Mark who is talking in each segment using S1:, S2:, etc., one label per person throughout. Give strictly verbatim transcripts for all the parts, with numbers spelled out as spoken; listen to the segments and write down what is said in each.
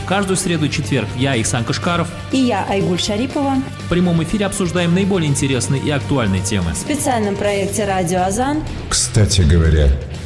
S1: каждую среду и четверг я, Ихсан Кашкаров,
S2: и я, Айгуль Шарипова,
S1: в прямом эфире обсуждаем наиболее интересные и актуальные темы.
S2: В специальном проекте «Радио Азан».
S3: Кстати говоря.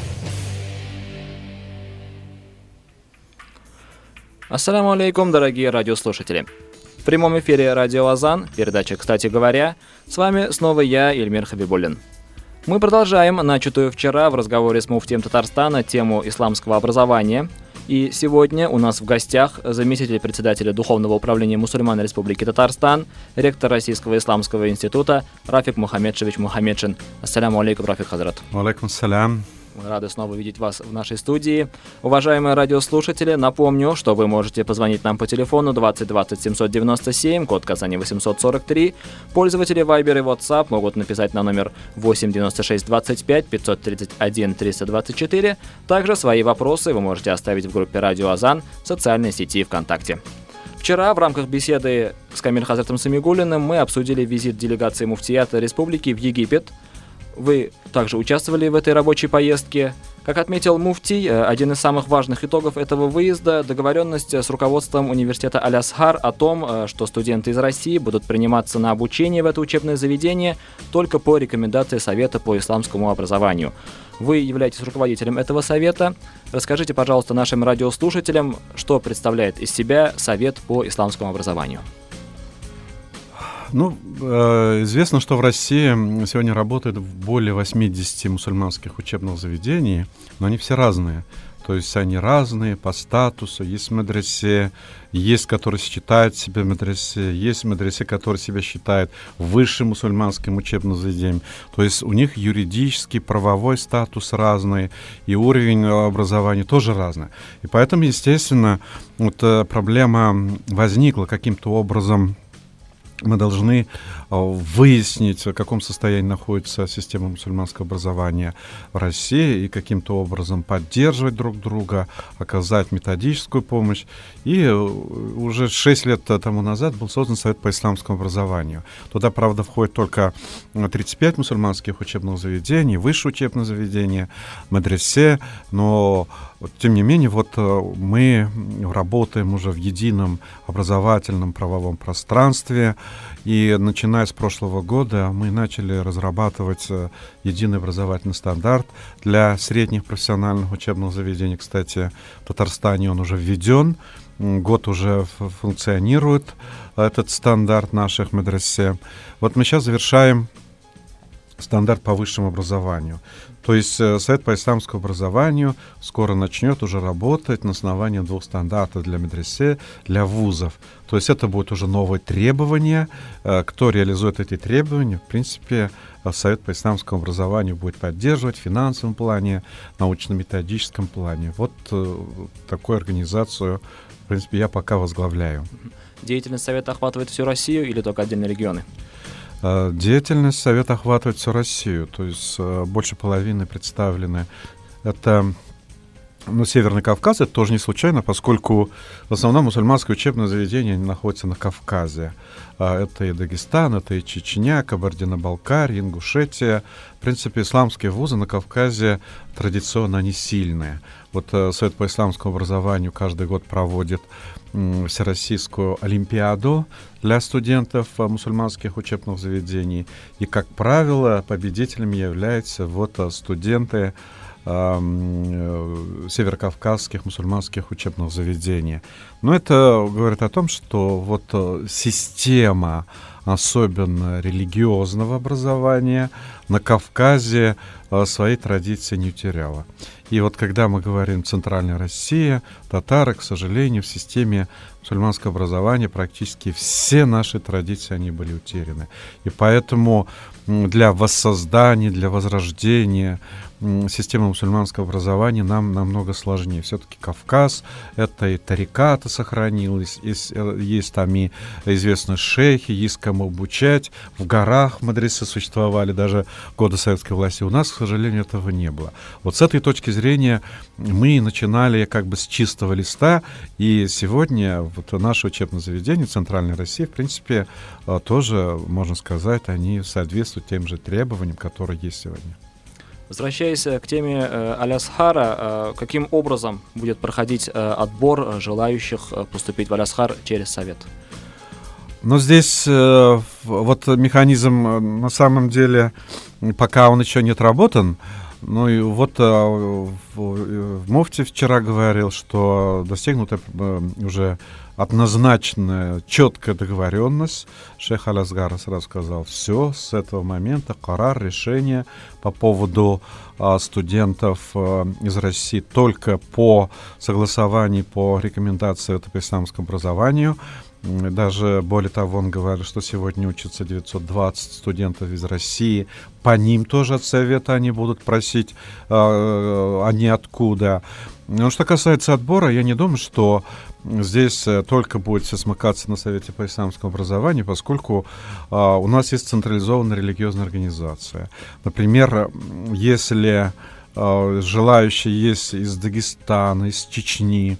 S4: Ассаламу алейкум, дорогие радиослушатели. В прямом эфире «Радио Азан», передача «Кстати говоря», с вами снова я, Ильмир Хабибуллин. Мы продолжаем начатую вчера в разговоре с муфтием Татарстана тему исламского образования. И сегодня у нас в гостях заместитель председателя Духовного управления мусульман Республики Татарстан, ректор Российского исламского института Рафик Мухаммедшевич Мухаммедшин. Ассаляму алейкум, Рафик Хазрат.
S5: Алейкум салям.
S4: Мы рады снова видеть вас в нашей студии. Уважаемые радиослушатели, напомню, что вы можете позвонить нам по телефону двадцать двадцать семьсот девяносто семь, код Казани восемьсот сорок три. Пользователи Viber и WhatsApp могут написать на номер восемь девяносто шесть двадцать пять пятьсот тридцать один триста двадцать четыре. Также свои вопросы вы можете оставить в группе «Радио Азан» в социальной сети ВКонтакте. Вчера в рамках беседы с Камиль Хазратом Самигуллиным мы обсудили визит делегации муфтията республики в Египет. Вы также участвовали в этой рабочей поездке. Как отметил муфтий, один из самых важных итогов этого выезда – договоренность с руководством университета Аль-Азхар о том, что студенты из России будут приниматься на обучение в это учебное заведение только по рекомендации Совета по исламскому образованию. Вы являетесь руководителем этого совета. Расскажите, пожалуйста, нашим радиослушателям, что представляет из себя Совет по исламскому образованию.
S5: Ну, известно, что в России сегодня работает более восемьдесят мусульманских учебных заведений, но они все разные. То есть они разные по статусу. Есть медресе, есть, которые считают себя медресе, есть медресе, которые себя считают высшим мусульманским учебным заведением. То есть у них юридический, правовой статус разный, и уровень образования тоже разный. И поэтому, естественно, вот проблема возникла каким-то образом. Мы должны выяснить, в каком состоянии находится система мусульманского образования в России и каким-то образом поддерживать друг друга, оказать методическую помощь. И уже шесть лет тому назад был создан Совет по исламскому образованию. Туда, правда, входит только тридцать пять мусульманских учебных заведений, высшие учебные заведения, медресе, но тем не менее, вот мы работаем уже в едином образовательном правовом пространстве, и начиная с прошлого года мы начали разрабатывать единый образовательный стандарт для средних профессиональных учебных заведений. Кстати, в Татарстане он уже введен, год уже функционирует этот стандарт наших медресе. Вот мы сейчас завершаем стандарт по высшему образованию. То есть Совет по исламскому образованию скоро начнет уже работать на основании двух стандартов для медресе, для вузов. То есть это будет уже новые требования. Кто реализует эти требования, в принципе, Совет по исламскому образованию будет поддерживать в финансовом плане, научно-методическом плане. Вот такую организацию, в принципе, я пока возглавляю.
S4: Деятельность Совета охватывает всю Россию или только отдельные регионы?
S5: Деятельность Совета охватывает всю Россию, то есть больше половины представлены. Это ну, Северный Кавказ, это тоже не случайно, поскольку в основном мусульманские учебные заведения находятся на Кавказе. Это и Дагестан, это и Чечня, Кабардино-Балкария, Ингушетия. В принципе, исламские вузы на Кавказе традиционно они сильные. Вот Совет по исламскому образованию каждый год проводит Всероссийскую олимпиаду для студентов мусульманских учебных заведений. И, как правило, победителями являются вот студенты э, северокавказских мусульманских учебных заведений. Но это говорит о том, что вот система, особенно религиозного образования, на Кавказе своей традиции не утеряла. И вот когда мы говорим «Центральная Россия», татары, к сожалению, в системе мусульманского образования практически все наши традиции, они были утеряны. И поэтому для воссоздания, для возрождения системы мусульманского образования нам намного сложнее. Все-таки Кавказ, это и тарикаты сохранилось, есть, есть там и известные шейхи, есть кому обучать. В горах мадресе существовали даже в годы советской власти. У нас, к сожалению, этого не было. Вот с этой точки зрения мы начинали как бы с чистого листа, и сегодня вот наше учебное заведение Центральной России, в принципе, тоже, можно сказать, они соответствуют тем же требованиям, которые есть сегодня.
S4: Возвращаясь к теме э, Аль-Азхара, э, каким образом будет проходить э, отбор желающих поступить в Аль-Азхар через Совет?
S5: Но здесь э, вот механизм э, на самом деле, пока он еще не отработан. Ну и вот э, в, в Муфти вчера говорил, что достигнута э, уже однозначная, четкая договоренность. Шейх Аль-Азгар сразу сказал, все, с этого момента карар, решение по поводу э, студентов э, из России только по согласованию, по рекомендации Совета по исламскому образованию. Даже более того, он говорит, что сегодня учатся девятьсот двадцать студентов из России. По ним тоже от Совета они будут просить, э, а не откуда. Но что касается отбора, я не думаю, что здесь только будет все смыкаться на Совете по исламскому образованию, поскольку э, у нас есть централизованная религиозная организация. Например, если э, желающие есть из Дагестана, из Чечни,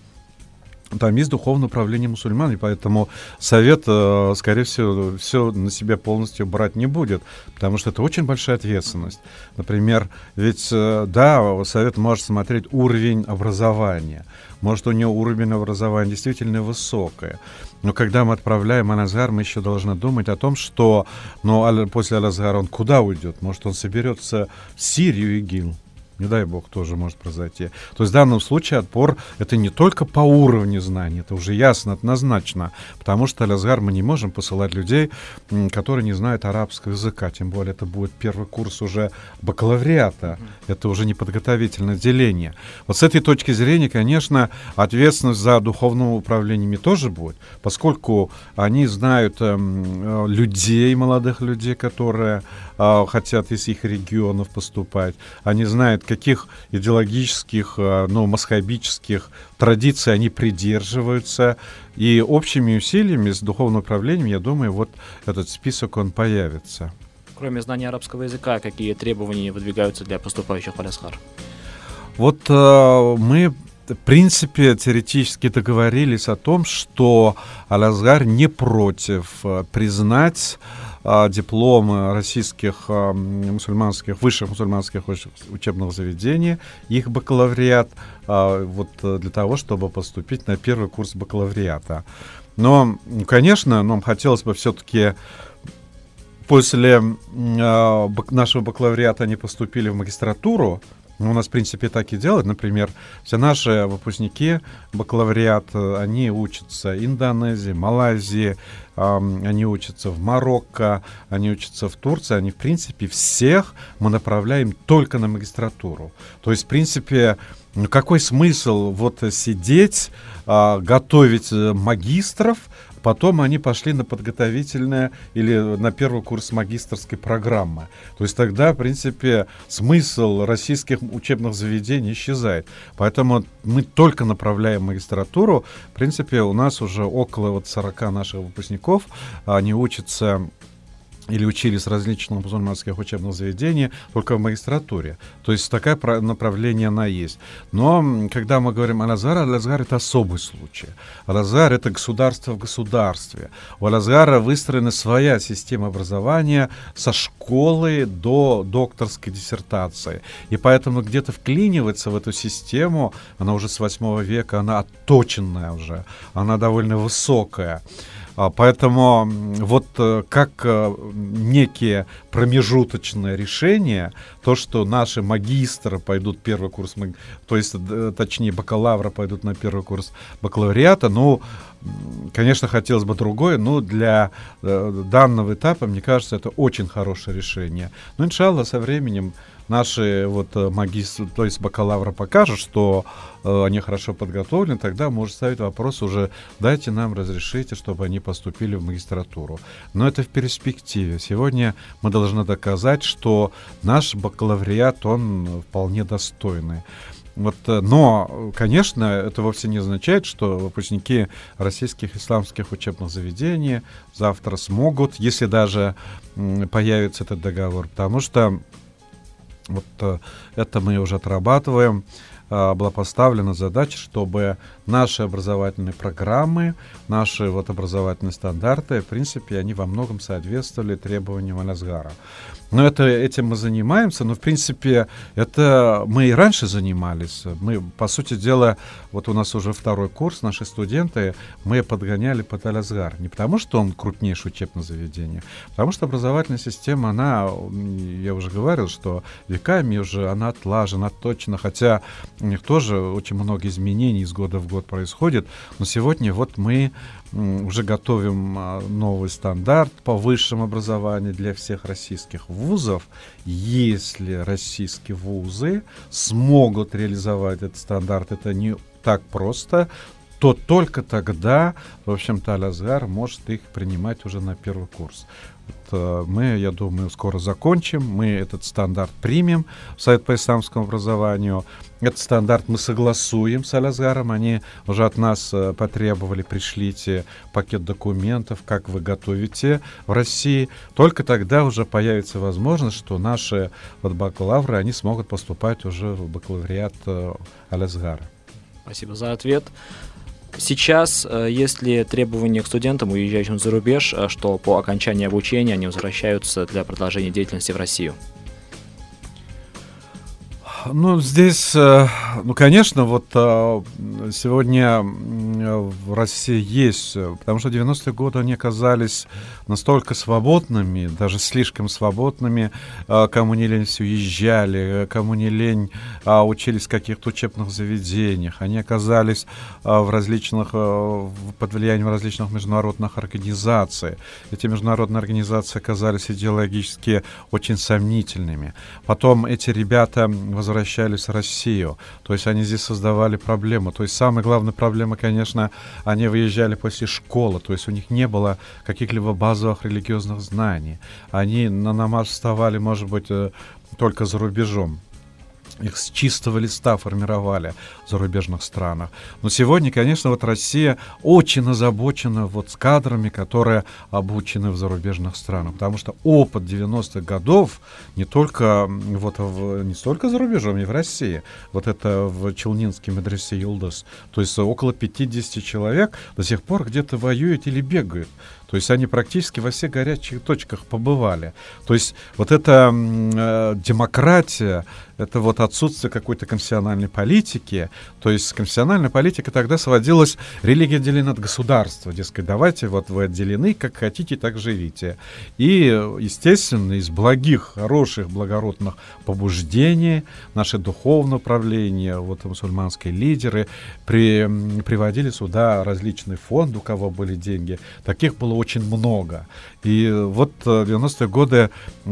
S5: там есть духовное управление мусульман, и поэтому Совет, скорее всего, все на себя полностью брать не будет, потому что это очень большая ответственность. Например, ведь, да, Совет может смотреть уровень образования, может, у него уровень образования действительно высокий, но когда мы отправляем Аль-Азгар, мы еще должны думать о том, что ну, после Аль-Азгара он куда уйдет? Может, он соберется в Сирию, ИГИЛ? Не дай бог, тоже может произойти. То есть в данном случае отбор — это не только по уровню знаний, это уже ясно, однозначно, потому что Аль-Азгар мы не можем посылать людей, которые не знают арабского языка, тем более это будет первый курс уже бакалавриата, это уже не подготовительное отделение. Вот с этой точки зрения, конечно, ответственность за духовное управление тоже будет, поскольку они знают э, людей, молодых людей, которые э, хотят из их регионов поступать, они знают, каких идеологических, ну, масхабических традиций они придерживаются. И общими усилиями с духовным управлением, я думаю, вот этот список, он появится.
S4: Кроме знания арабского языка, какие требования выдвигаются для поступающих в Аль-Азхар?
S5: Вот э, мы, в принципе, теоретически договорились о том, что Аль-Азгар не против признать дипломы российских мусульманских, высших мусульманских учебных заведений, их бакалавриат, вот для того, чтобы поступить на первый курс бакалавриата. Но, конечно, нам хотелось бы все-таки после нашего бакалавриата они поступили в магистратуру. У нас, в принципе, так и делают. Например, все наши выпускники бакалавриата, они учатся в Индонезии, Малайзии, э, они учатся в Марокко, они учатся в Турции. Они, в принципе, всех мы направляем только на магистратуру. То есть, в принципе, ну, какой смысл вот сидеть, э, готовить магистров, потом они пошли на подготовительное или на первый курс магистерской программы. То есть тогда, в принципе, смысл российских учебных заведений исчезает. Поэтому мы только направляем магистратуру. В принципе, у нас уже около вот сорок наших выпускников, они учатся или учились в различных мусульманских учебных заведениях только в магистратуре. То есть такое направление она есть. Но когда мы говорим о Аль-Азгар, Аль-Азгар — это особый случай. Аль-Азгар — это государство в государстве. У Аль-Азгара выстроена своя система образования со школы до докторской диссертации. И поэтому где-то вклиниваться в эту систему, она уже с восьмого века, она отточенная уже, она довольно высокая. Поэтому вот как некие промежуточные решения, то, что наши магистры пойдут первый курс, то есть, точнее, бакалавры пойдут на первый курс бакалавриата, ну, конечно, хотелось бы другое, но для данного этапа, мне кажется, это очень хорошее решение. Но, иншаллах, со временем наши вот магистры, то есть бакалавры покажут, что э, они хорошо подготовлены, тогда может ставить вопрос уже, дайте нам, разрешите, чтобы они поступили в магистратуру. Но это в перспективе. Сегодня мы должны доказать, что наш бакалавриат, он вполне достойный. Вот, но, конечно, это вовсе не означает, что выпускники российских исламских учебных заведений завтра смогут, если даже м, появится этот договор, потому что вот это мы уже отрабатываем. а, была поставлена задача, чтобы наши образовательные программы, наши вот образовательные стандарты, в принципе, они во многом соответствовали требованиям Аль-Азгара. Но это, этим мы занимаемся, но, в принципе, это мы и раньше занимались. Мы, по сути дела, вот у нас уже второй курс, наши студенты, мы подгоняли под Аль-Азгар. Не потому, что он крупнейшее учебное заведение, потому что образовательная система, она, я уже говорил, что веками уже она отлажена, отточена, хотя у них тоже очень много изменений из года в год происходит. Но сегодня вот мы уже готовим новый стандарт по высшему образованию для всех российских вузов. Если российские вузы смогут реализовать этот стандарт, это не так просто, то только тогда, в общем-то, Аль-Азгар может их принимать уже на первый курс. Вот, мы, я думаю, скоро закончим, мы этот стандарт примем в Совет по исламскому образованию. Этот стандарт мы согласуем с Аль-Азгаром, они уже от нас потребовали: пришлите пакет документов, как вы готовите в России. Только тогда уже появится возможность, что наши вот бакалавры, они смогут поступать уже в бакалавриат Аль-Азгара.
S4: Спасибо за ответ. Сейчас есть ли требования к студентам, уезжающим за рубеж, что по окончании обучения они возвращаются для продолжения деятельности в Россию?
S5: Ну, здесь, ну, конечно, вот сегодня в России есть, потому что в девяностые годы они оказались настолько свободными, даже слишком свободными, кому не лень, все уезжали, кому не лень, учились в каких-то учебных заведениях, они оказались в различных, под влиянием различных международных организаций. Эти международные организации оказались идеологически очень сомнительными. Потом эти ребята возвращались возвращались в Россию, то есть они здесь создавали проблему. То есть самая главная проблема, конечно, они выезжали после школы, то есть у них не было каких-либо базовых религиозных знаний. Они на намаз вставали, может быть, только за рубежом. Их с чистого листа формировали в зарубежных странах. Но сегодня, конечно, вот Россия очень озабочена вот с кадрами, которые обучены в зарубежных странах. Потому что опыт девяностых годов не только, вот в, не столько за рубежом, и в России. Вот это в Челнинский медресе Юлдас. То есть около пятьдесят человек до сих пор где-то воюют или бегают. То есть они практически во всех горячих точках побывали. То есть вот эта э, демократия, это вот отсутствие какой-то конфессиональной политики. То есть конфессиональная политика тогда сводилась: религия отделена от государства. Дескать, давайте, вот вы отделены, как хотите, так живите. И, естественно, из благих, хороших, благородных побуждений наше духовное управление, вот мусульманские лидеры при, приводили сюда различные фонды, у кого были деньги. Таких было очень много. И вот в девяностые годы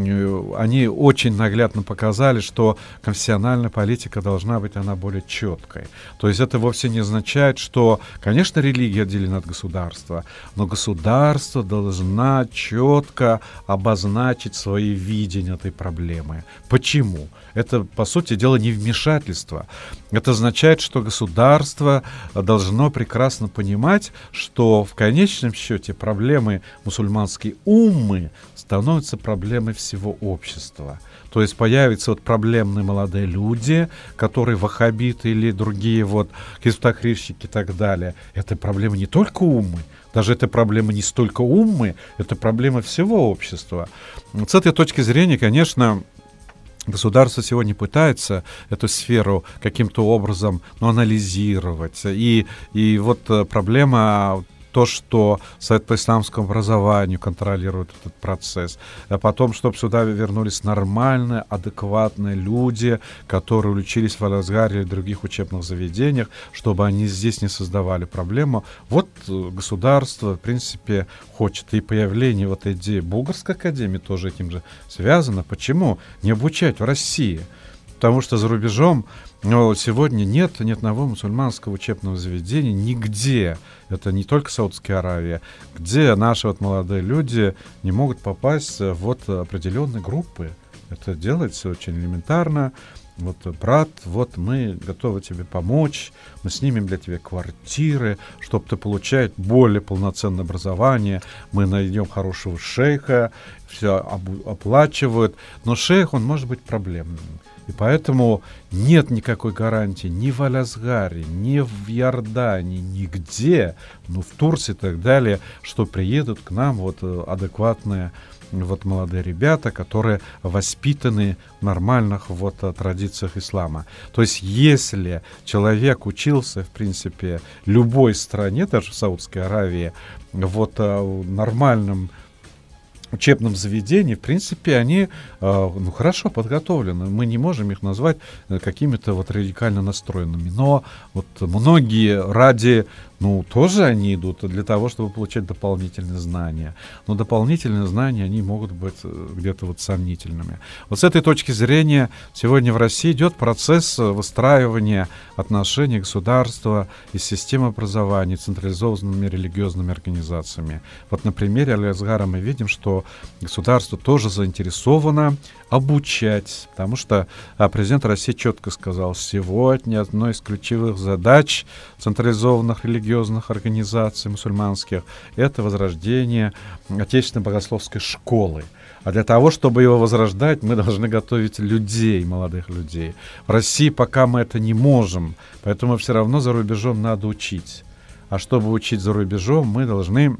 S5: они очень наглядно показали, что конфессиональная политика должна быть, она более четкой. То есть это вовсе не означает, что, конечно, религия отделена от государства, но государство должна четко обозначить свои видения этой проблемы. Почему? Это, по сути дела, не вмешательство. Это означает, что государство должно прекрасно понимать, что в конечном счете проблемы мусульманской уммы становятся проблемой всего общества. То есть появятся вот проблемные молодые люди, которые ваххабиты или другие вот хизб-тахрирщики и так далее. Это проблема не только уммы, даже это проблема не столько уммы, это проблема всего общества. С этой точки зрения, конечно, государство сегодня пытается эту сферу каким-то образом, ну, анализировать. И, и вот проблема то, что Совет по исламскому образованию контролирует этот процесс, а потом, чтобы сюда вернулись нормальные, адекватные люди, которые учились в Аль-Азгаре или других учебных заведениях, чтобы они здесь не создавали проблему. Вот государство, в принципе, хочет. И появление вот идеи Булгарской академии тоже этим же связано. Почему не обучать в России? Потому что за рубежом, но сегодня нет ни одного мусульманского учебного заведения нигде. Это не только Саудовская Аравия, где наши вот молодые люди не могут попасть в вот определенные группы. Это делается очень элементарно. Вот, брат, вот мы готовы тебе помочь, мы снимем для тебя квартиры, чтобы ты получал более полноценное образование, мы найдем хорошего шейха, все оплачивают, но шейх, он может быть проблемным. И поэтому нет никакой гарантии ни в Аль-Азгаре, ни в Иордании, нигде, ну, в Турции и так далее, что приедут к нам вот адекватные вот молодые ребята, которые воспитаны в нормальных вот традициях ислама. То есть если человек учился, в принципе, в любой стране, даже в Саудовской Аравии, вот в нормальном учебном заведении, в принципе, они ну, хорошо подготовлены. Мы не можем их назвать какими-то вот радикально настроенными. Но вот многие ради, ну, тоже они идут для того, чтобы получать дополнительные знания. Но дополнительные знания, они могут быть где-то вот сомнительными. Вот с этой точки зрения сегодня в России идет процесс выстраивания отношений государства и системы образования централизованными религиозными организациями. Вот на примере Аль-Азгара мы видим, что государство тоже заинтересовано обучать, потому что а, президент России четко сказал, сегодня одной из ключевых задач централизованных религиозных организаций мусульманских — это возрождение отечественной богословской школы. А для того, чтобы его возрождать, мы должны готовить людей, молодых людей. В России пока мы это не можем, поэтому все равно за рубежом надо учить. А чтобы учить за рубежом, мы должны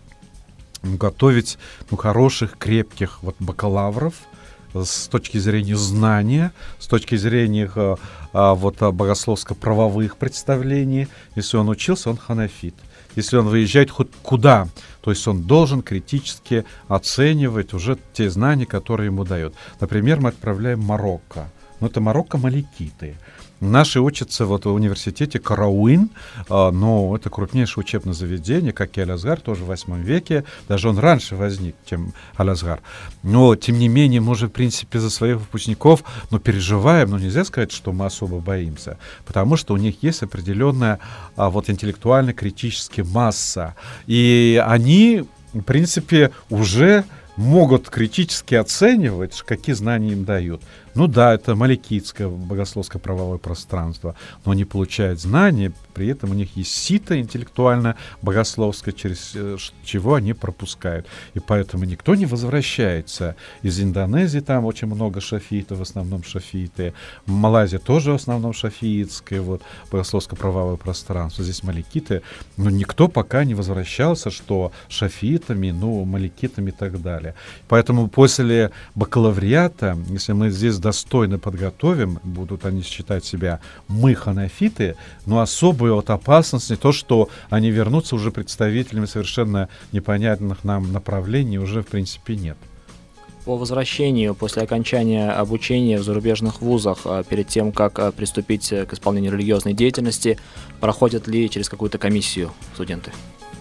S5: готовить ну, хороших, крепких вот, бакалавров с точки зрения знания, с точки зрения а, а, вот, богословско-правовых представлений. Если он учился, он ханафит. Если он выезжает хоть куда, то есть он должен критически оценивать уже те знания, которые ему дают. Например, мы отправляем в Марокко. Но это Марокко маликиты. Наши учатся вот в университете Карауин, но это крупнейшее учебное заведение, как и Аль-Азгар, тоже в восьмом веке. Даже он раньше возник, чем Аль-Азгар. Но, тем не менее, мы же, в принципе, за своих выпускников ну, переживаем, но нельзя сказать, что мы особо боимся, потому что у них есть определенная вот, интеллектуально-критическая масса. И они, в принципе, уже могут критически оценивать, какие знания им дают. Ну да, это маликитское богословско-правовое пространство, но они получают знания, при этом у них есть сито интеллектуально-богословское, через чего они пропускают. И поэтому никто не возвращается. Из Индонезии там очень много шафитов, в основном шафиты. В Малайзии тоже в основном шафиитское вот, богословско-правовое пространство. Здесь маликиты. Но никто пока не возвращался, что шафитами, ну, маликитами и так далее. Поэтому после бакалавриата, если мы здесь достойно подготовим, будут они считать себя мы ханафиты, но особая вот опасность не то, что они вернутся уже представителями совершенно непонятных нам направлений, уже в принципе нет.
S4: По возвращению после окончания обучения в зарубежных вузах, перед тем, как приступить к исполнению религиозной деятельности, проходят ли через какую-то комиссию студенты?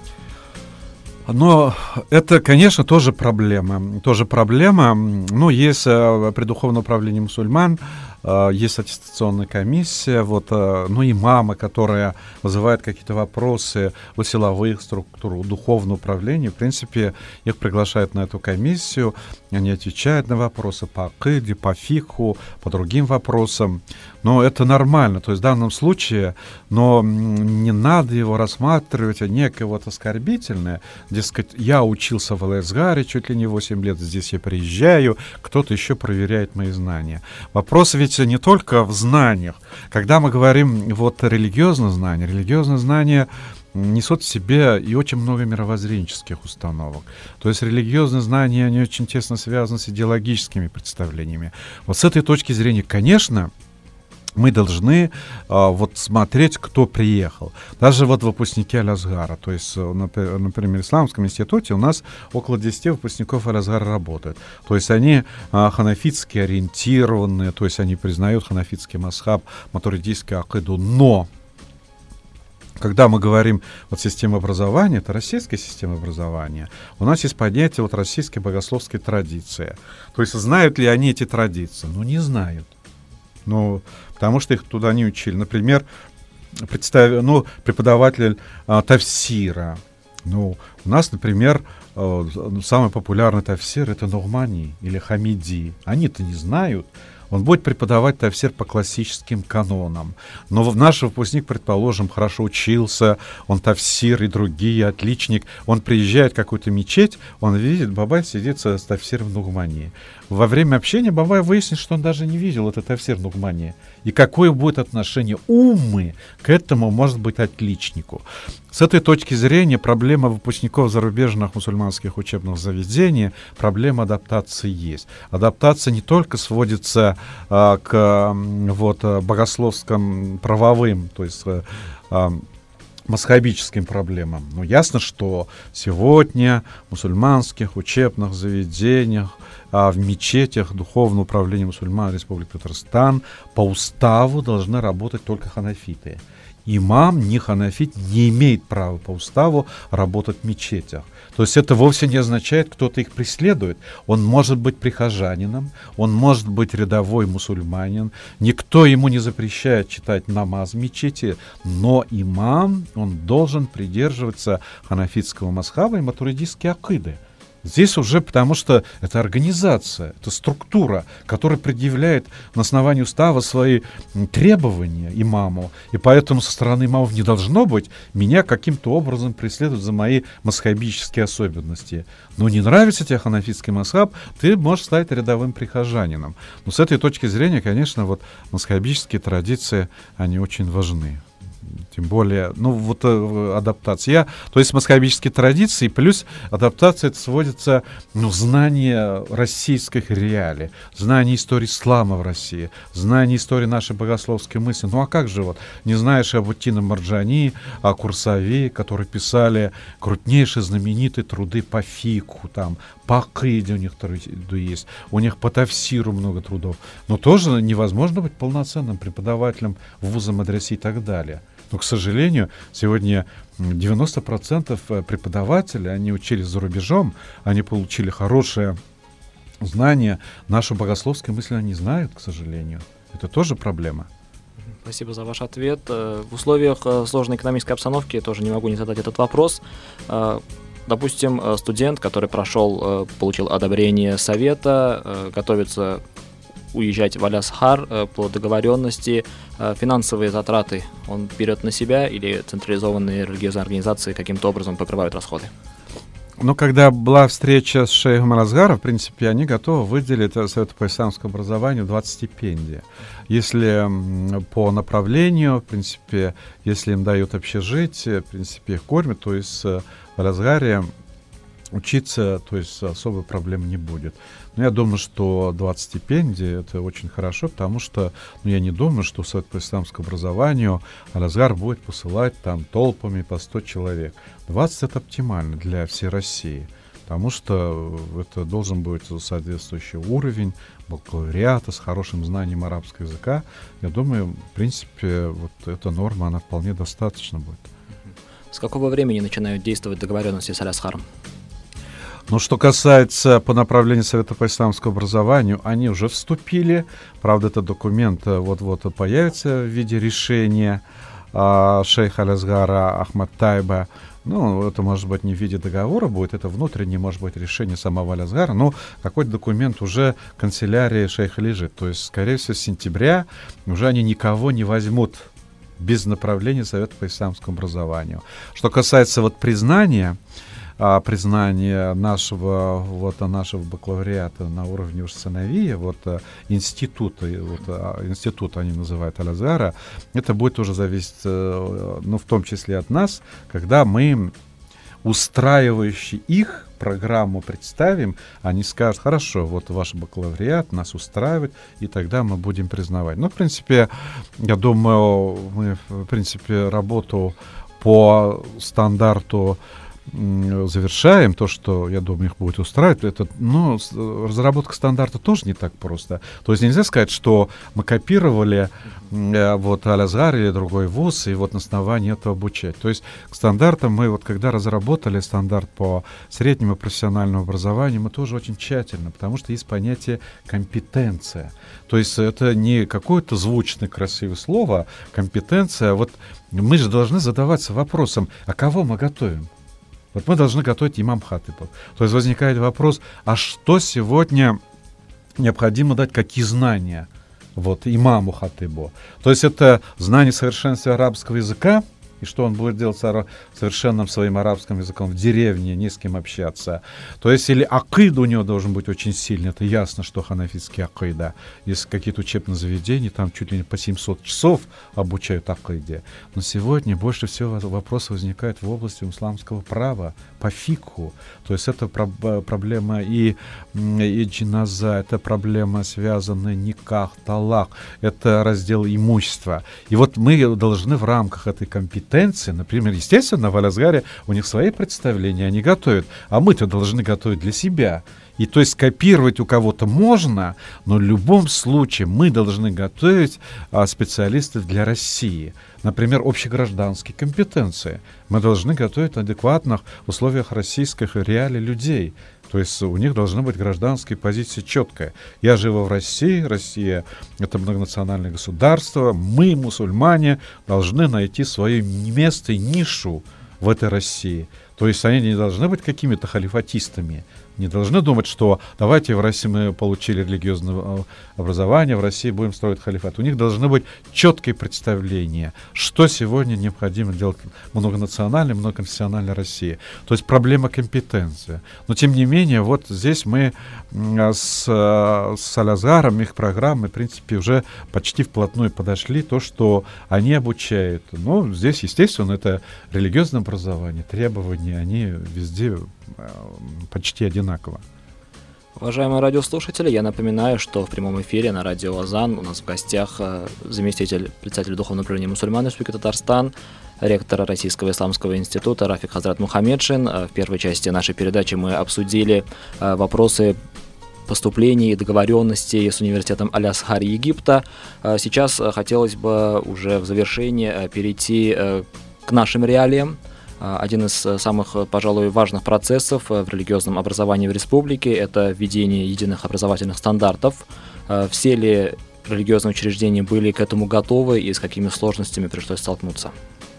S5: Но это, конечно, тоже проблема. Тоже проблема. Ну, есть при духовном управлении мусульман, есть аттестационная комиссия, вот, ну, имамы, которые вызывают какие-то вопросы о силовых структурах, духовного управления. В принципе, их приглашают на эту комиссию, они отвечают на вопросы по акиде, по фикху, по другим вопросам. Но это нормально, то есть в данном случае, но не надо его рассматривать некое вот оскорбительное. Дескать, я учился в Аль-Азгаре чуть ли не восемь лет, здесь я приезжаю, кто-то еще проверяет мои знания. Вопрос ведь не только в знаниях. Когда мы говорим вот религиозное знание, религиозное знание несут в себе и очень много мировоззренческих установок. То есть религиозные знания, они очень тесно связаны с идеологическими представлениями. Вот с этой точки зрения, конечно, мы должны а, вот смотреть, кто приехал. Даже вот выпускники Аль-Азгара, то есть, например, в Исламском институте у нас около десяти выпускников Аль-Азгара работают. То есть они а, ханафитски ориентированные, то есть они признают ханафитский масхаб, матуридийскую акиду, но когда мы говорим вот система образования, это российская система образования, у нас есть понятие вот российской богословской традиции. То есть знают ли они эти традиции? Ну, не знают. Ну, потому что их туда не учили. Например, представь, ну, преподаватель а, тафсира. Ну, у нас, например, а, самый популярный тафсир — это Нугмани или Хамиди. Они-то не знают. Он будет преподавать тафсир по классическим канонам. Но наш выпускник, предположим, хорошо учился, он тафсир и другие, отличник. Он приезжает в какую-то мечеть, он видит, Бабай сидит с тафсиром Нугмани. Во время общения Бабай выяснит, что он даже не видел этот тафсир Нугмани. И какое будет отношение уммы к этому, может быть, отличнику. С этой точки зрения проблема выпускников зарубежных мусульманских учебных заведений, проблема адаптации есть. Адаптация не только сводится а, к вот, богословским, правовым, то есть а, масхабическим проблемам. Но ясно, что сегодня в мусульманских учебных заведениях, а в мечетях Духовного управления мусульман Республики Татарстан по уставу должны работать только ханафиты. Имам, не ханафит, не имеет права по уставу работать в мечетях. То есть это вовсе не означает, кто-то их преследует. Он может быть прихожанином, он может быть рядовой мусульманин. Никто ему не запрещает читать намаз в мечети, но имам, он должен придерживаться ханафитского мазхаба и матуридистской акиды. Здесь уже потому, что это организация, это структура, которая предъявляет на основании устава свои требования имаму. И поэтому со стороны имамов не должно быть меня каким-то образом преследовать за мои масхабические особенности. Но не нравится тебе ханафитский мазхаб, ты можешь стать рядовым прихожанином. Но с этой точки зрения, конечно, вот масхабические традиции, они очень важны. Тем более, ну, вот э, адаптация. То есть масхабические традиции плюс адаптация, это сводится, ну, знание российских реалий, знание истории ислама в России, знание истории нашей богословской мысли. Ну, а как же вот, не знаешь об Утине Марджани, о Курсави, которые писали крупнейшие знаменитые труды по фикху, там, по акиде у них труды есть, у них по тафсиру много трудов. Но тоже невозможно быть полноценным преподавателем вуза, медресе и так далее. Но, к сожалению, сегодня девяносто процентов преподавателей, они учились за рубежом, они получили хорошее знание, нашу богословскую мысль они знают, к сожалению. Это тоже проблема.
S4: Спасибо за ваш ответ. В условиях сложной экономической обстановки тоже не могу не задать этот вопрос. Допустим, студент, который прошел, получил одобрение совета, готовится уезжать в Аль-Азхар по договоренности, финансовые затраты он берет на себя или централизованные религиозные организации каким-то образом покрывают расходы?
S5: Ну, когда была встреча с шейхом Аль-Азгара, в принципе, они готовы выделить Совету по исламскому образованию двадцать стипендий. Если по направлению, в принципе, если им дают общежитие, в принципе, их кормят, то есть в Аль-Азгаре учиться, то есть особой проблемы не будет. Но я думаю, что двадцать стипендий — это очень хорошо, потому что, ну, я не думаю, что Совет по исламскому образованию Аль-Азгар будет посылать там толпами по сто человек. двадцать — это оптимально для всей России, потому что это должен быть соответствующий уровень бакалавриата с хорошим знанием арабского языка. Я думаю, в принципе, вот эта норма, она вполне достаточно будет.
S4: С какого времени начинают действовать договоренности с Аль-Азхаром?
S5: Ну, что касается по направлению Совета по исламскому образованию, они уже вступили. Правда, этот документ вот-вот появится в виде решения а, шейха Аль-Азгара Ахмад Тайба. Ну, это может быть не в виде договора будет, это внутреннее, может быть, решение самого Аль-Азгара, но какой-то документ уже в канцелярии шейха лежит. То есть, скорее всего, с сентября уже они никого не возьмут без направления Совета по исламскому образованию. Что касается вот признания, а, признание нашего, вот, нашего бакалавриата на уровне уж сановия, вот, института, вот, института они называют Аль-Азгара, это будет уже зависеть, ну, в том числе от нас, когда мы устраивающие их программу представим, они скажут: хорошо, вот ваш бакалавриат нас устраивает, и тогда мы будем признавать. Ну, в принципе, я думаю, мы, в принципе, работу по стандарту завершаем. То, что, я думаю, их будет устраивать, это, ну, разработка стандарта тоже не так просто. То есть нельзя сказать, что мы копировали э, вот Аль-Азгар или другой вуз, и вот на основании этого обучать. То есть к стандартам мы, вот когда разработали стандарт по среднему профессиональному образованию, мы тоже очень тщательно, потому что есть понятие компетенция. То есть это не какое-то звучное красивое слово, компетенция. Вот мы же должны задаваться вопросом, а кого мы готовим? Вот мы должны готовить имам хатибов. То есть возникает вопрос, а что сегодня необходимо дать, какие знания вот, имаму хатыбу. То есть это знание совершенства арабского языка, и что он будет делать с совершенным своим арабским языком в деревне, не с кем общаться. То есть или акид у него должен быть очень сильный, это ясно, что ханафитский акида. Есть какие-то учебные заведения, там чуть ли не по семьсот часов обучают акиде. Но сегодня больше всего вопросов возникает в области исламского права, по фикху. То есть это про- проблема и, и джиназа, это проблема, связанная никах, талак, это раздел имущества. И вот мы должны в рамках этой компетенции, например, естественно, в Аль-Азгаре у них свои представления, они готовят, а мы-то должны готовить для себя. И то есть копировать у кого-то можно, но в любом случае мы должны готовить а, специалистов для России. Например, общегражданские компетенции. Мы должны готовить в адекватных условиях российских реалий людей. То есть у них должна быть гражданская позиция четкая. Я живу в России, Россия — это многонациональное государство, мы, мусульмане, должны найти свое место и нишу в этой России. То есть они не должны быть какими-то халифатистами, не должны думать, что давайте в России мы получили религиозное образование, в России будем строить халифат. У них должны быть четкие представления, что сегодня необходимо делать многонациональной, многоконфессиональной России. То есть проблема компетенции. Но тем не менее, вот здесь мы с, с Аль-Азгаром, их программы, в принципе, уже почти вплотную подошли. То, что они обучают. Ну, здесь, естественно, это религиозное образование, требования, они везде почти одинаково.
S4: Уважаемые радиослушатели, я напоминаю, что в прямом эфире на радио Азан у нас в гостях заместитель председателя Духовного управления мусульман Республики Татарстан, ректор Российского исламского института Рафик Хазрат Мухаммедшин. В первой части нашей передачи мы обсудили вопросы поступлений и договоренностей с университетом Аль-Азхар Египта. Сейчас хотелось бы уже в завершении перейти к нашим реалиям. Один из самых, пожалуй, важных процессов в религиозном образовании в республике – это введение единых образовательных стандартов. Все ли религиозные учреждения были к этому готовы и с какими сложностями пришлось столкнуться?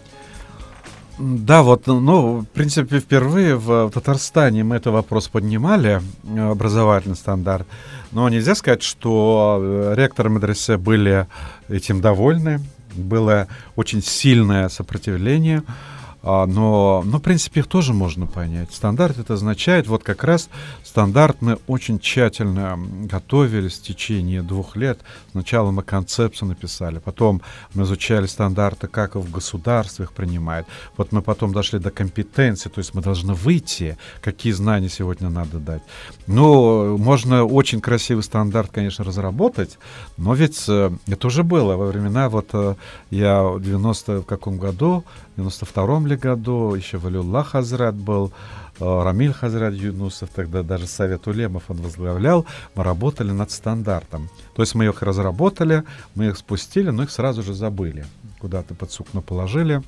S5: Да, вот, ну, в принципе, впервые в Татарстане мы этот вопрос поднимали, образовательный стандарт, но нельзя сказать, что ректоры медресе были этим довольны, было очень сильное сопротивление. Но, но, в принципе, их тоже можно понять. Стандарт это означает, вот как раз стандарт мы очень тщательно готовились в течение двух лет. Сначала мы концепцию написали, потом мы изучали стандарты, как в государстве их принимают. Вот мы потом дошли до компетенции, то есть мы должны выйти, какие знания сегодня надо дать. Ну, можно очень красивый стандарт, конечно, разработать, но ведь это уже было во времена, вот я в девяностом каком году, в девяносто втором году, еще Валиуллах Хазрат был, Рамиль Хазрат Юнусов, тогда даже Совет улемов он возглавлял, мы работали над стандартом. То есть мы их разработали, мы их спустили, но их сразу же забыли, куда-то под сукно положили.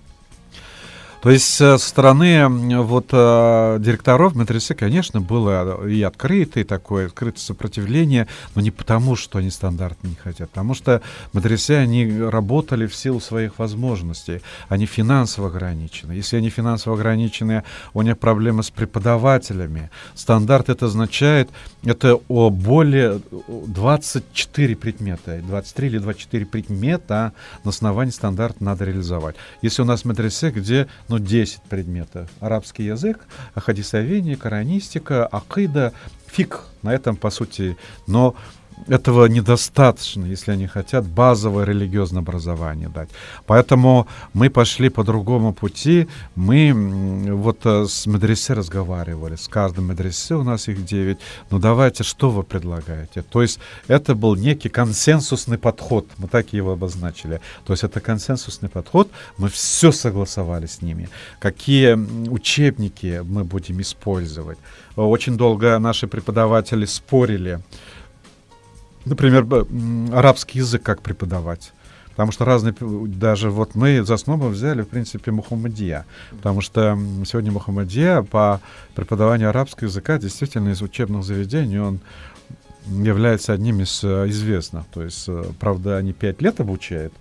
S5: То есть со стороны вот, директоров медресе, конечно, было и открытое такое, открытое сопротивление, но не потому, что они стандарт не хотят, потому что медресе, они работали в силу своих возможностей, они финансово ограничены. Если они финансово ограничены, у них проблемы с преподавателями. Стандарт это означает, это о более двадцать четыре предмета, двадцать три или двадцать четыре предмета на основании стандарта надо реализовать. Если у нас медресе, где ну, десять предметов. Арабский язык, хадисоведение, коранистика, акида, фикх. На этом, по сути, но этого недостаточно, если они хотят базовое религиозное образование дать. Поэтому мы пошли по другому пути. Мы вот с медресе разговаривали. С каждым медресе, у нас их девять. Ну давайте, что вы предлагаете? То есть это был некий консенсусный подход. Мы так его обозначили. То есть это консенсусный подход. Мы все согласовали с ними. Какие учебники мы будем использовать. Очень долго наши преподаватели спорили. Например, арабский язык как преподавать. Потому что разные, даже вот мы за основу взяли, в принципе, Мухаммадия. Потому что сегодня Мухаммадия по преподаванию арабского языка действительно из учебных заведений он является одним из известных. То есть, правда, они пять лет обучают,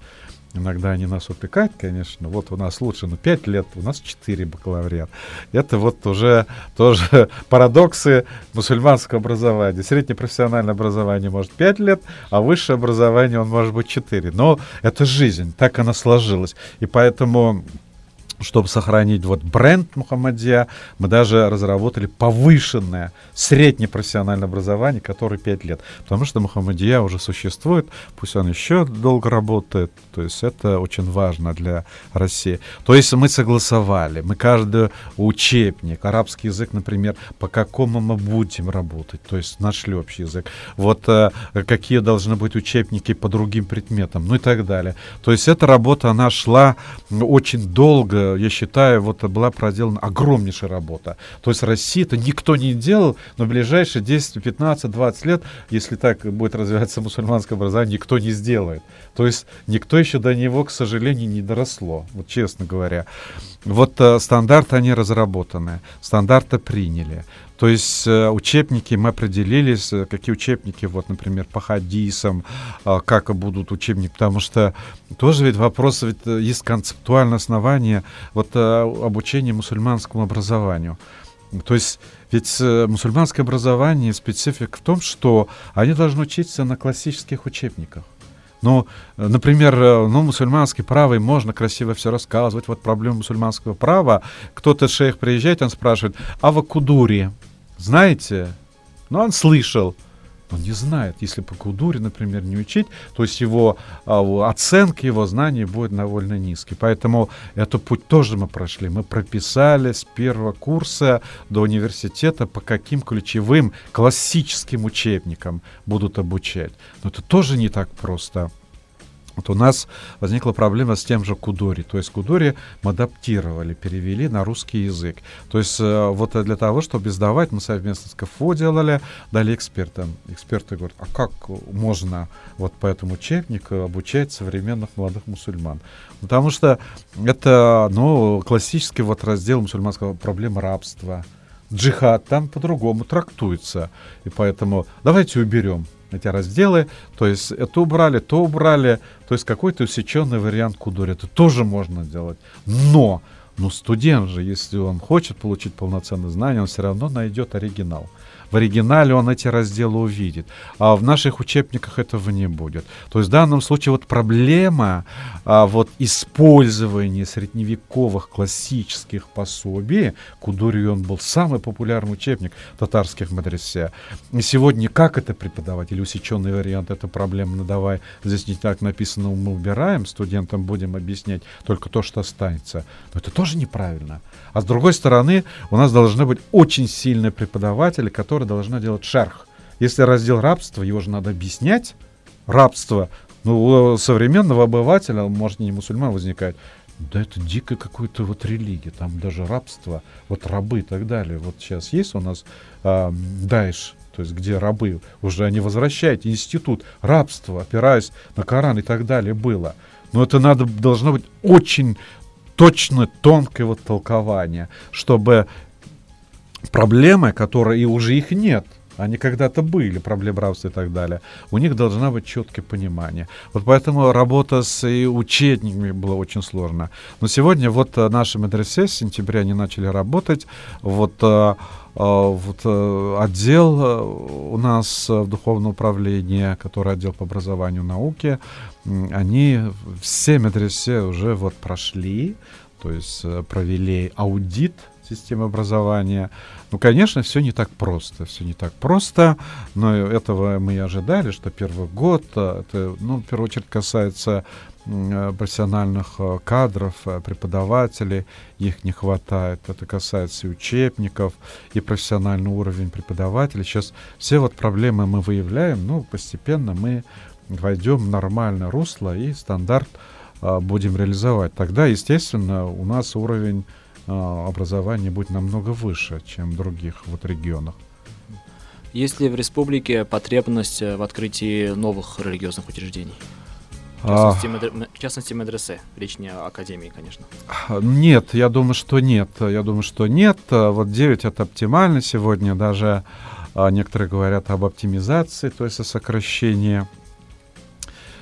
S5: Иногда они нас упрекают, конечно. Вот у нас лучше, ну, пять лет, у нас четыре бакалавриат. Это вот уже тоже парадоксы мусульманского образования. Среднее профессиональное образование может пять лет, а высшее образование он может быть четыре. Но это жизнь, так она сложилась. И поэтому, чтобы сохранить вот бренд Мухаммадия, мы даже разработали повышенное среднее профессиональное образование, которое пять лет. Потому что Мухаммадия уже существует, пусть он еще долго работает. То есть это очень важно для России. То есть мы согласовали, мы каждый учебник, арабский язык, например, по какому мы будем работать. То есть нашли общий язык. Вот э, какие должны быть учебники по другим предметам, ну и так далее. То есть эта работа, она шла очень долго. Я считаю, вот была проделана огромнейшая работа. То есть в России это никто не делал, но в ближайшие десять, пятнадцать, двадцать лет, если так будет развиваться мусульманское образование, никто не сделает. То есть никто еще до него, к сожалению, не доросло, вот честно говоря. Вот э, стандарты, они разработаны, стандарты приняли. То есть э, учебники, мы определились, э, какие учебники, вот, например, по хадисам, э, как будут учебники, потому что тоже ведь вопрос, ведь э, есть концептуальное основание вот, э, обучения мусульманскому образованию. То есть ведь э, мусульманское образование, специфика в том, что они должны учиться на классических учебниках. Ну, например, ну, мусульманское право, и можно красиво все рассказывать. Вот проблема мусульманского права. Кто-то шейх приезжает, он спрашивает, а в Кудуре знаете? Ну, он слышал. Он не знает. Если по Кудуре, например, не учить, то есть его а, оценка, его знаний будет довольно низкий. Поэтому этот путь тоже мы прошли. Мы прописали с первого курса до университета, по каким ключевым классическим учебникам будут обучать. Но это тоже не так просто. Вот у нас возникла проблема с тем же Кудури. То есть Кудури мы адаптировали, перевели на русский язык. То есть вот для того, чтобы сдавать, мы совместно с КФУ делали, дали экспертам. Эксперты говорят, а как можно вот по этому учебнику обучать современных молодых мусульман? Потому что это, ну, классический вот раздел мусульманского проблемы рабства. Джихад там по-другому трактуется. И поэтому давайте уберем эти разделы, то есть это убрали, то убрали, то есть какой-то усеченный вариант Кудури, это тоже можно делать. Но, ну, студент же, если он хочет получить полноценное знание, он все равно найдет оригинал. В оригинале он эти разделы увидит. А в наших учебниках этого не будет. То есть в данном случае вот проблема а, вот использования средневековых классических пособий, Кудури он был самый популярный учебник татарских мадресе. И сегодня как это преподавать? Или усеченный вариант, это проблема, ну давай, здесь не так написано, мы убираем, студентам будем объяснять только то, что останется. Но это тоже неправильно. А с другой стороны, у нас должны быть очень сильные преподаватели, которые должны делать шарх. Если раздел рабства, его же надо объяснять. Рабство. Ну, у современного обывателя, может, не мусульман возникает, да это дикая какая-то вот религия, там даже рабство, вот рабы и так далее. Вот сейчас есть у нас э, Даиш, то есть где рабы, уже они возвращают, институт рабства, опираясь на Коран и так далее, было. Но это надо, должно быть очень точно, тонкое вот толкование, чтобы проблемы, которые и уже их нет, они когда-то были, проблемы рабства и так далее, у них должна быть четкое понимание. Вот поэтому работа с учебниками была очень сложна. Но сегодня вот наши мадресе с сентября они начали работать. Вот, вот отдел у нас в духовном управлении, который отдел по образованию и науке, они все мадресе уже вот прошли, то есть провели аудит системы образования. Ну, конечно, все не так просто, все не так просто, но этого мы и ожидали, что первый год, это, ну, в первую очередь касается профессиональных кадров, преподавателей, их не хватает, это касается и учебников, и профессиональный уровень преподавателей. Сейчас все вот проблемы мы выявляем, ну, постепенно мы войдем в нормальное русло и стандарт а, будем реализовать. Тогда, естественно, у нас уровень образование будет намного выше, чем в других вот регионах.
S4: Есть ли в республике потребность в открытии новых религиозных учреждений? В
S5: А...
S4: частности, мадр... в частности, мадресе, речь не о академии, конечно.
S5: Нет, я думаю, что нет. Я думаю, что нет. Вот девять это оптимально сегодня. Даже а, некоторые говорят об оптимизации, то есть о сокращении.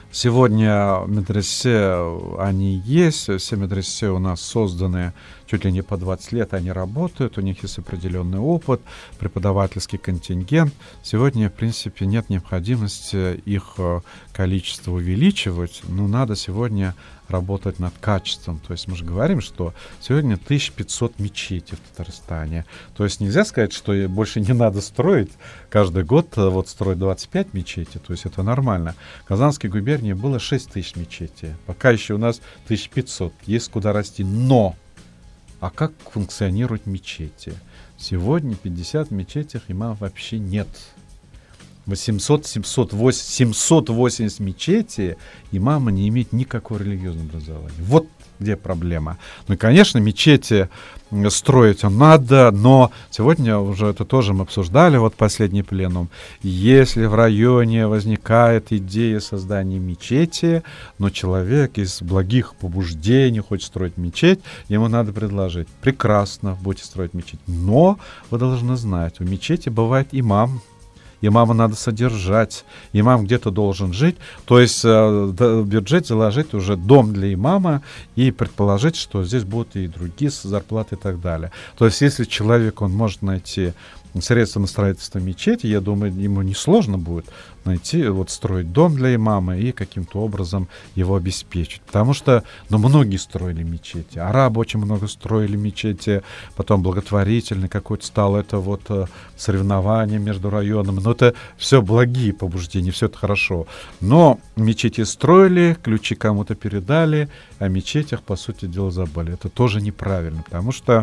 S5: Сегодня медресе, они есть, все медресе у нас созданы чуть ли не по двадцать лет, они работают, у них есть определенный опыт, преподавательский контингент. Сегодня, в принципе, нет необходимости их количество увеличивать, но надо сегодня работать над качеством. То есть мы же говорим, что сегодня тысяча пятьсот мечетей в Татарстане. То есть нельзя сказать, что больше не надо строить. Каждый год вот строить двадцать пять мечетей, то есть это нормально. В Казанской губернии было шесть тысяч мечетей. Пока еще у нас тысяча пятьсот. Есть куда расти. Но! А как функционируют мечети? Сегодня в пятидесяти мечетях имамов вообще нет. восемьсот семьсот восемьдесят мечетей имамы не имеют никакого религиозного образования. Вот где проблема. Ну и, конечно, мечети строить надо, но сегодня уже это тоже мы обсуждали, вот последний пленум. Если в районе возникает идея создания мечети, но человек из благих побуждений хочет строить мечеть, ему надо предложить: прекрасно, будете строить мечеть, но вы должны знать, в мечети бывает имам, имама надо содержать, имам где-то должен жить, то есть э, в бюджет заложить уже дом для имама и предположить, что здесь будут и другие зарплаты и так далее. То есть если человек, он может найти средства на строительство мечети, я думаю, ему несложно будет найти, вот строить дом для имама и каким-то образом его обеспечить. Потому что, ну, многие строили мечети, арабы очень много строили мечети, потом благотворительный какой-то стал, это вот соревнование между районами, но это все благие побуждения, все это хорошо. Но мечети строили, ключи кому-то передали, о мечетях, по сути дела, забыли. Это тоже неправильно, потому что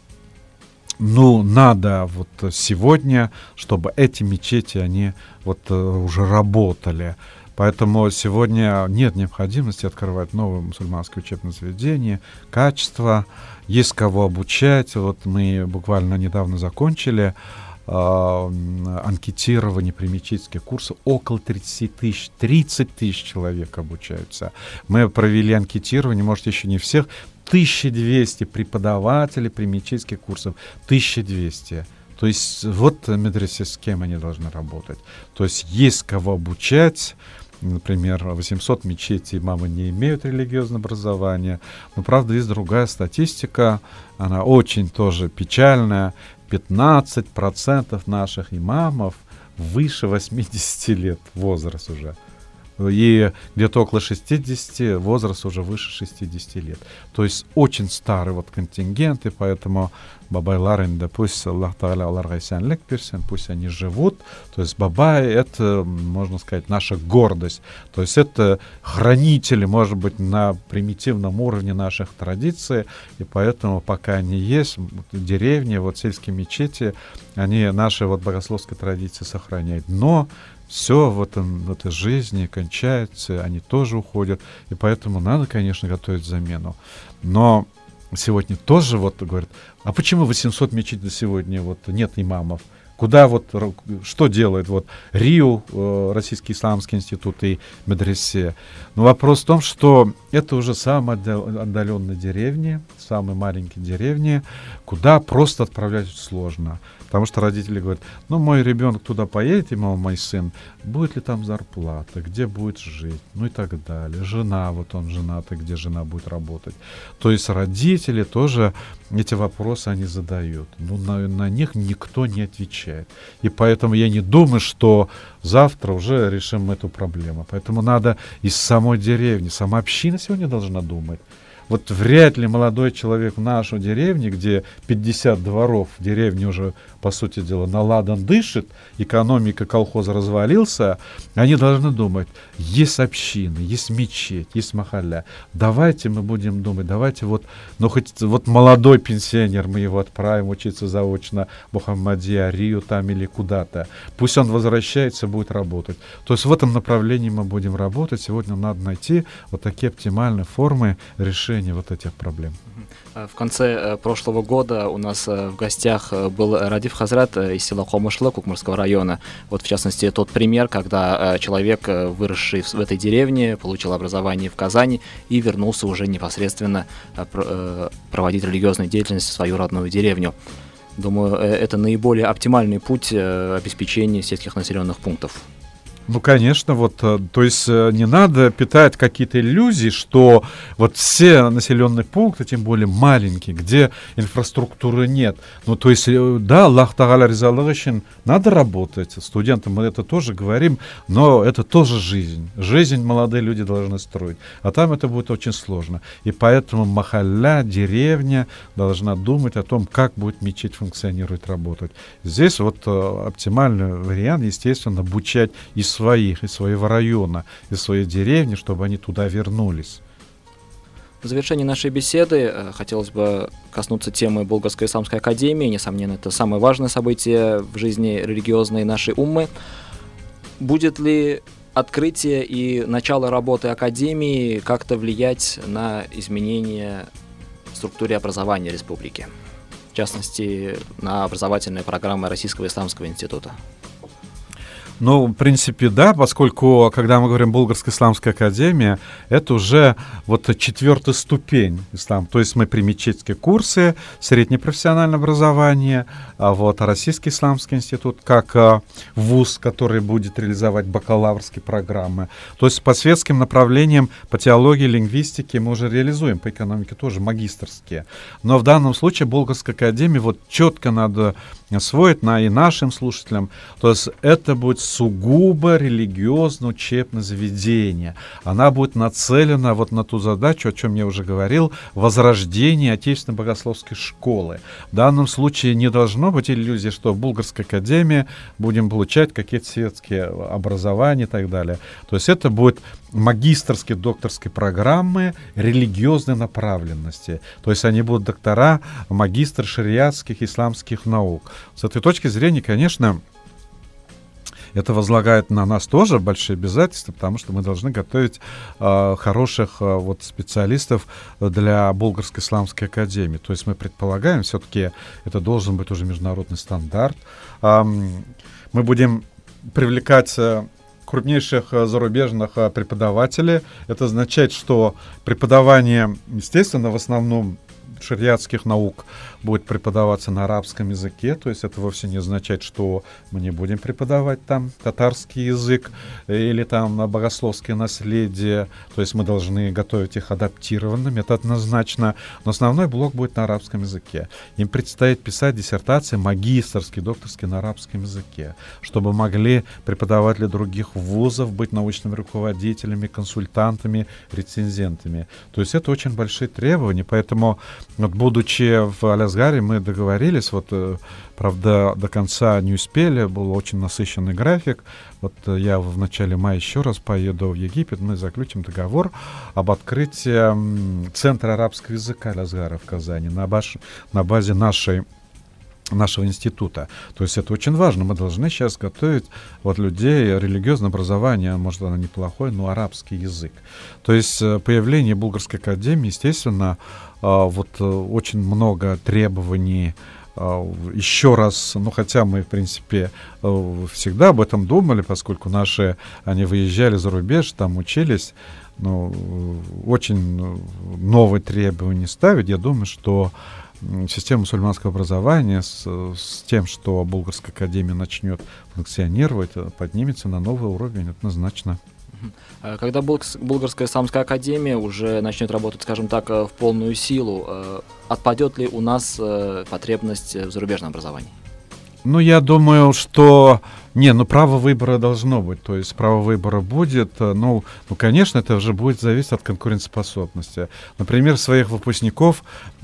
S5: ну, надо вот сегодня, чтобы эти мечети, они вот уже работали. Поэтому сегодня нет необходимости открывать новые мусульманские учебные заведения. Качество, есть кого обучать. Вот мы буквально недавно закончили э, анкетирование примечетских курсов. Около тридцать тысяч, тридцать тысяч человек обучаются. Мы провели анкетирование, может, еще не всех, тысяча двести преподавателей примечетских курсов, тысяча двести. То есть вот медресе, с кем они должны работать. То есть есть кого обучать. Например, восемьсот мечетей имамы не имеют религиозного образования. Но, правда, есть другая статистика, она очень тоже печальная. пятнадцать процентов наших имамов выше восьмидесяти лет возраст уже. И где-то около шестидесяти, возраст уже выше шестидесяти лет. То есть очень старый вот контингент, и поэтому бабайларын, да пусть Аллах Тааля аларга исәнлек берсен, пусть они живут. То есть бабай — это, можно сказать, наша гордость. То есть это хранители, может быть, на примитивном уровне наших традиций, и поэтому пока они есть, деревни, вот сельские мечети, они наши вот богословские традиции сохраняют. Но все в, этом, в этой жизни кончается, они тоже уходят, и поэтому надо, конечно, готовить замену. Но сегодня тоже вот говорят: а почему восемьсот мечетей сегодня вот нет имамов? Куда вот, что делает вот РИУ, э, Российский исламский институт, и медресе? Но вопрос в том, что это уже самые отдаленные деревни, самые маленькие деревни, куда просто отправлять сложно. Потому что родители говорят: ну, мой ребенок туда поедет, и мой сын, будет ли там зарплата, где будет жить, ну и так далее. Жена, вот он женатый, где жена будет работать. То есть родители тоже эти вопросы они задают. Ну, на, на них никто не отвечает. И поэтому я не думаю, что завтра уже решим эту проблему. Поэтому надо из самой деревни, сама община сегодня должна думать. Вот вряд ли молодой человек в нашу деревню, где пятьдесят дворов в деревне уже, по сути дела, наладан дышит, экономика колхоза развалился, они должны думать: есть общины, есть мечеть, есть махалля. Давайте мы будем думать, давайте вот, ну хоть вот молодой пенсионер, мы его отправим учиться заочно в Мухаммадия, Рию там или куда-то. Пусть он возвращается, будет работать. То есть в этом направлении мы будем работать. Сегодня надо найти вот такие оптимальные формы решения вот этих проблем.
S4: В конце прошлого года у нас в гостях был Радиф Хазрат из села Хомышлы Кукмурского района. Вот, в частности, тот пример, когда человек, выросший в этой деревне, получил образование в Казани и вернулся уже непосредственно проводить религиозную деятельность в свою родную деревню. Думаю, это наиболее оптимальный путь обеспечения сельских населенных пунктов.
S5: Ну, конечно, вот, то есть не надо питать какие-то иллюзии, что вот все населенные пункты, тем более маленькие, где инфраструктуры нет. Ну, то есть, да, Аллах Тааля ризалыгы үшін надо работать. Студентам мы это тоже говорим, но это тоже жизнь. Жизнь молодые люди должны строить. А там это будет очень сложно. И поэтому махалля, деревня должна думать о том, как будет мечеть функционировать, работать. Здесь вот оптимальный вариант, естественно, обучать и своих, из своего района, из своей деревни, чтобы они туда вернулись.
S4: В завершении нашей беседы э, хотелось бы коснуться темы Булгарской исламской академии. Несомненно, это самое важное событие в жизни религиозной нашей уммы. Будет ли открытие и начало работы академии как-то влиять на изменение в структуре образования республики? В частности, на образовательные программы Российского исламского института?
S5: Ну, в принципе, да, поскольку, когда мы говорим Булгарская исламская академия, это уже вот четвертая ступень ислам. То есть мы при мечетские курсы, среднепрофессиональное образование, а вот Российский исламский институт как а, вуз, который будет реализовать бакалаврские программы. То есть по светским направлениям, по теологии, лингвистике мы уже реализуем, по экономике тоже магистерские. Но в данном случае Булгарская академия вот четко надо освоить на и нашим слушателям. То есть это будет сугубо религиозное учебное заведение. Она будет нацелена вот на ту задачу, о чем я уже говорил, возрождение отечественной богословской школы. В данном случае не должно быть иллюзии, что в Булгарской академии будем получать какие-то светские образования и так далее. То есть это будет магистерские, докторские программы религиозной направленности. То есть они будут доктора, магистры шариатских, исламских наук. С этой точки зрения, конечно, это возлагает на нас тоже большие обязательства, потому что мы должны готовить э, хороших э, вот, специалистов для Булгарской исламской академии. То есть мы предполагаем, все-таки это должен быть уже международный стандарт. Э, мы будем привлекать э, крупнейших э, зарубежных э, преподавателей. Это означает, что преподавание, естественно, в основном шариатских наук будет преподаваться на арабском языке, то есть это вовсе не означает, что мы не будем преподавать там татарский язык или там богословское наследие, то есть мы должны готовить их адаптированными, это однозначно, но основной блок будет на арабском языке. Им предстоит писать диссертации магистерские, докторские на арабском языке, чтобы могли преподаватели других вузов быть научными руководителями, консультантами, рецензентами. То есть это очень большие требования, поэтому вот, будучи в Аль-Азгаре, мы договорились, вот, правда, до конца не успели, был очень насыщенный график. Вот я в начале мая еще раз поеду в Египет, мы заключим договор об открытии Центра арабского языка Аль-Азгара в Казани на, баш... на базе нашей нашего института. То есть это очень важно. Мы должны сейчас готовить вот людей, религиозное образование, может, оно неплохое, но арабский язык. То есть появление Булгарской академии, естественно, вот очень много требований. Еще раз, ну хотя мы, в принципе, всегда об этом думали, поскольку наши, они выезжали за рубеж, там учились, но очень новые требования ставить. Я думаю, что система мусульманского образования с, с тем, что Булгарская академия начнет функционировать, поднимется на новый уровень однозначно.
S4: Когда Булгарская исламская академия уже начнет работать, скажем так, в полную силу, отпадет ли у нас потребность в зарубежном образовании?
S5: Ну, я думаю, что... Не, ну, право выбора должно быть. То есть право выбора будет. Ну, ну, конечно, это уже будет зависеть от конкурентоспособности. Например, своих выпускников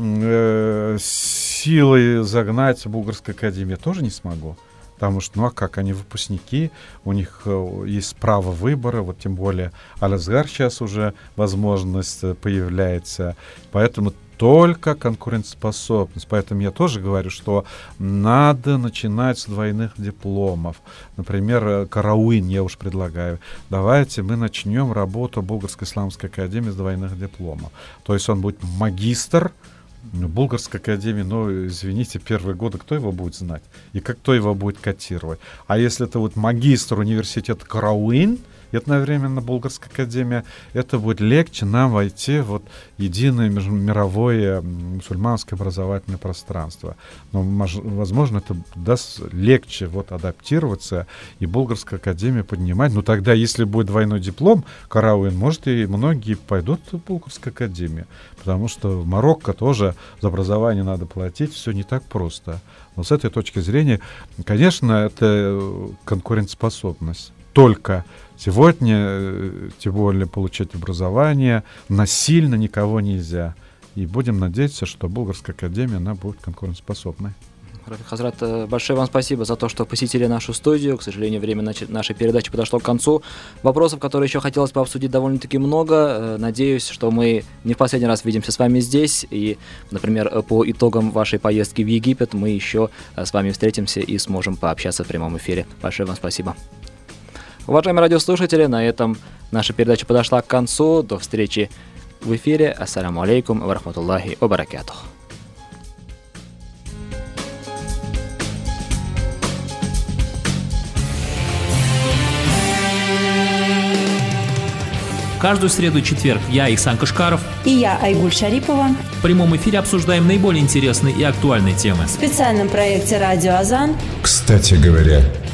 S5: э, силой загнать в Булгарскую академию тоже не смогу. Потому что, ну а как, они выпускники, у них э, есть право выбора, вот тем более Аль-Азгар сейчас уже возможность появляется. Поэтому только конкурентоспособность. Поэтому я тоже говорю, что надо начинать с двойных дипломов. Например, Карауин я уж предлагаю. Давайте мы начнем работу Булгарской исламской академии с двойных дипломов. То есть он будет магистр Булгарской академии, ну, извините, первые годы кто его будет знать? И как кто его будет котировать? А если это вот магистр университета Карауин, и одновременно Булгарская академия, это будет легче нам войти в вот единое мировое мусульманское образовательное пространство. Но, возможно, это даст легче вот адаптироваться и Булгарская академия поднимать. Но тогда, если будет двойной диплом, Карауин, может, и многие пойдут в Булгарскую академию. Потому что в Марокко тоже за образование надо платить, все не так просто. Но с этой точки зрения, конечно, это конкурентоспособность. Только сегодня, тем более, получать образование насильно никого нельзя. И будем надеяться, что Булгарская академия, она будет конкурентоспособной.
S4: Рафик Хазрат, большое вам спасибо за то, что посетили нашу студию. К сожалению, время нашей передачи подошло к концу. Вопросов, которые еще хотелось бы обсудить, довольно-таки много. Надеюсь, что мы не в последний раз видимся с вами здесь. И, например, по итогам вашей поездки в Египет мы еще с вами встретимся и сможем пообщаться в прямом эфире. Большое вам спасибо. Уважаемые радиослушатели, на этом наша передача подошла к концу. До встречи в эфире. Ассаламу алейкум ва рахматуллахи ва баракатух.
S1: Каждую среду и четверг я, Ихсан Кашкаров,
S2: и я, Айгуль Шарипова,
S1: в прямом эфире обсуждаем наиболее интересные и актуальные темы.
S2: в специальном проекте «Радио Азан».
S3: Кстати говоря,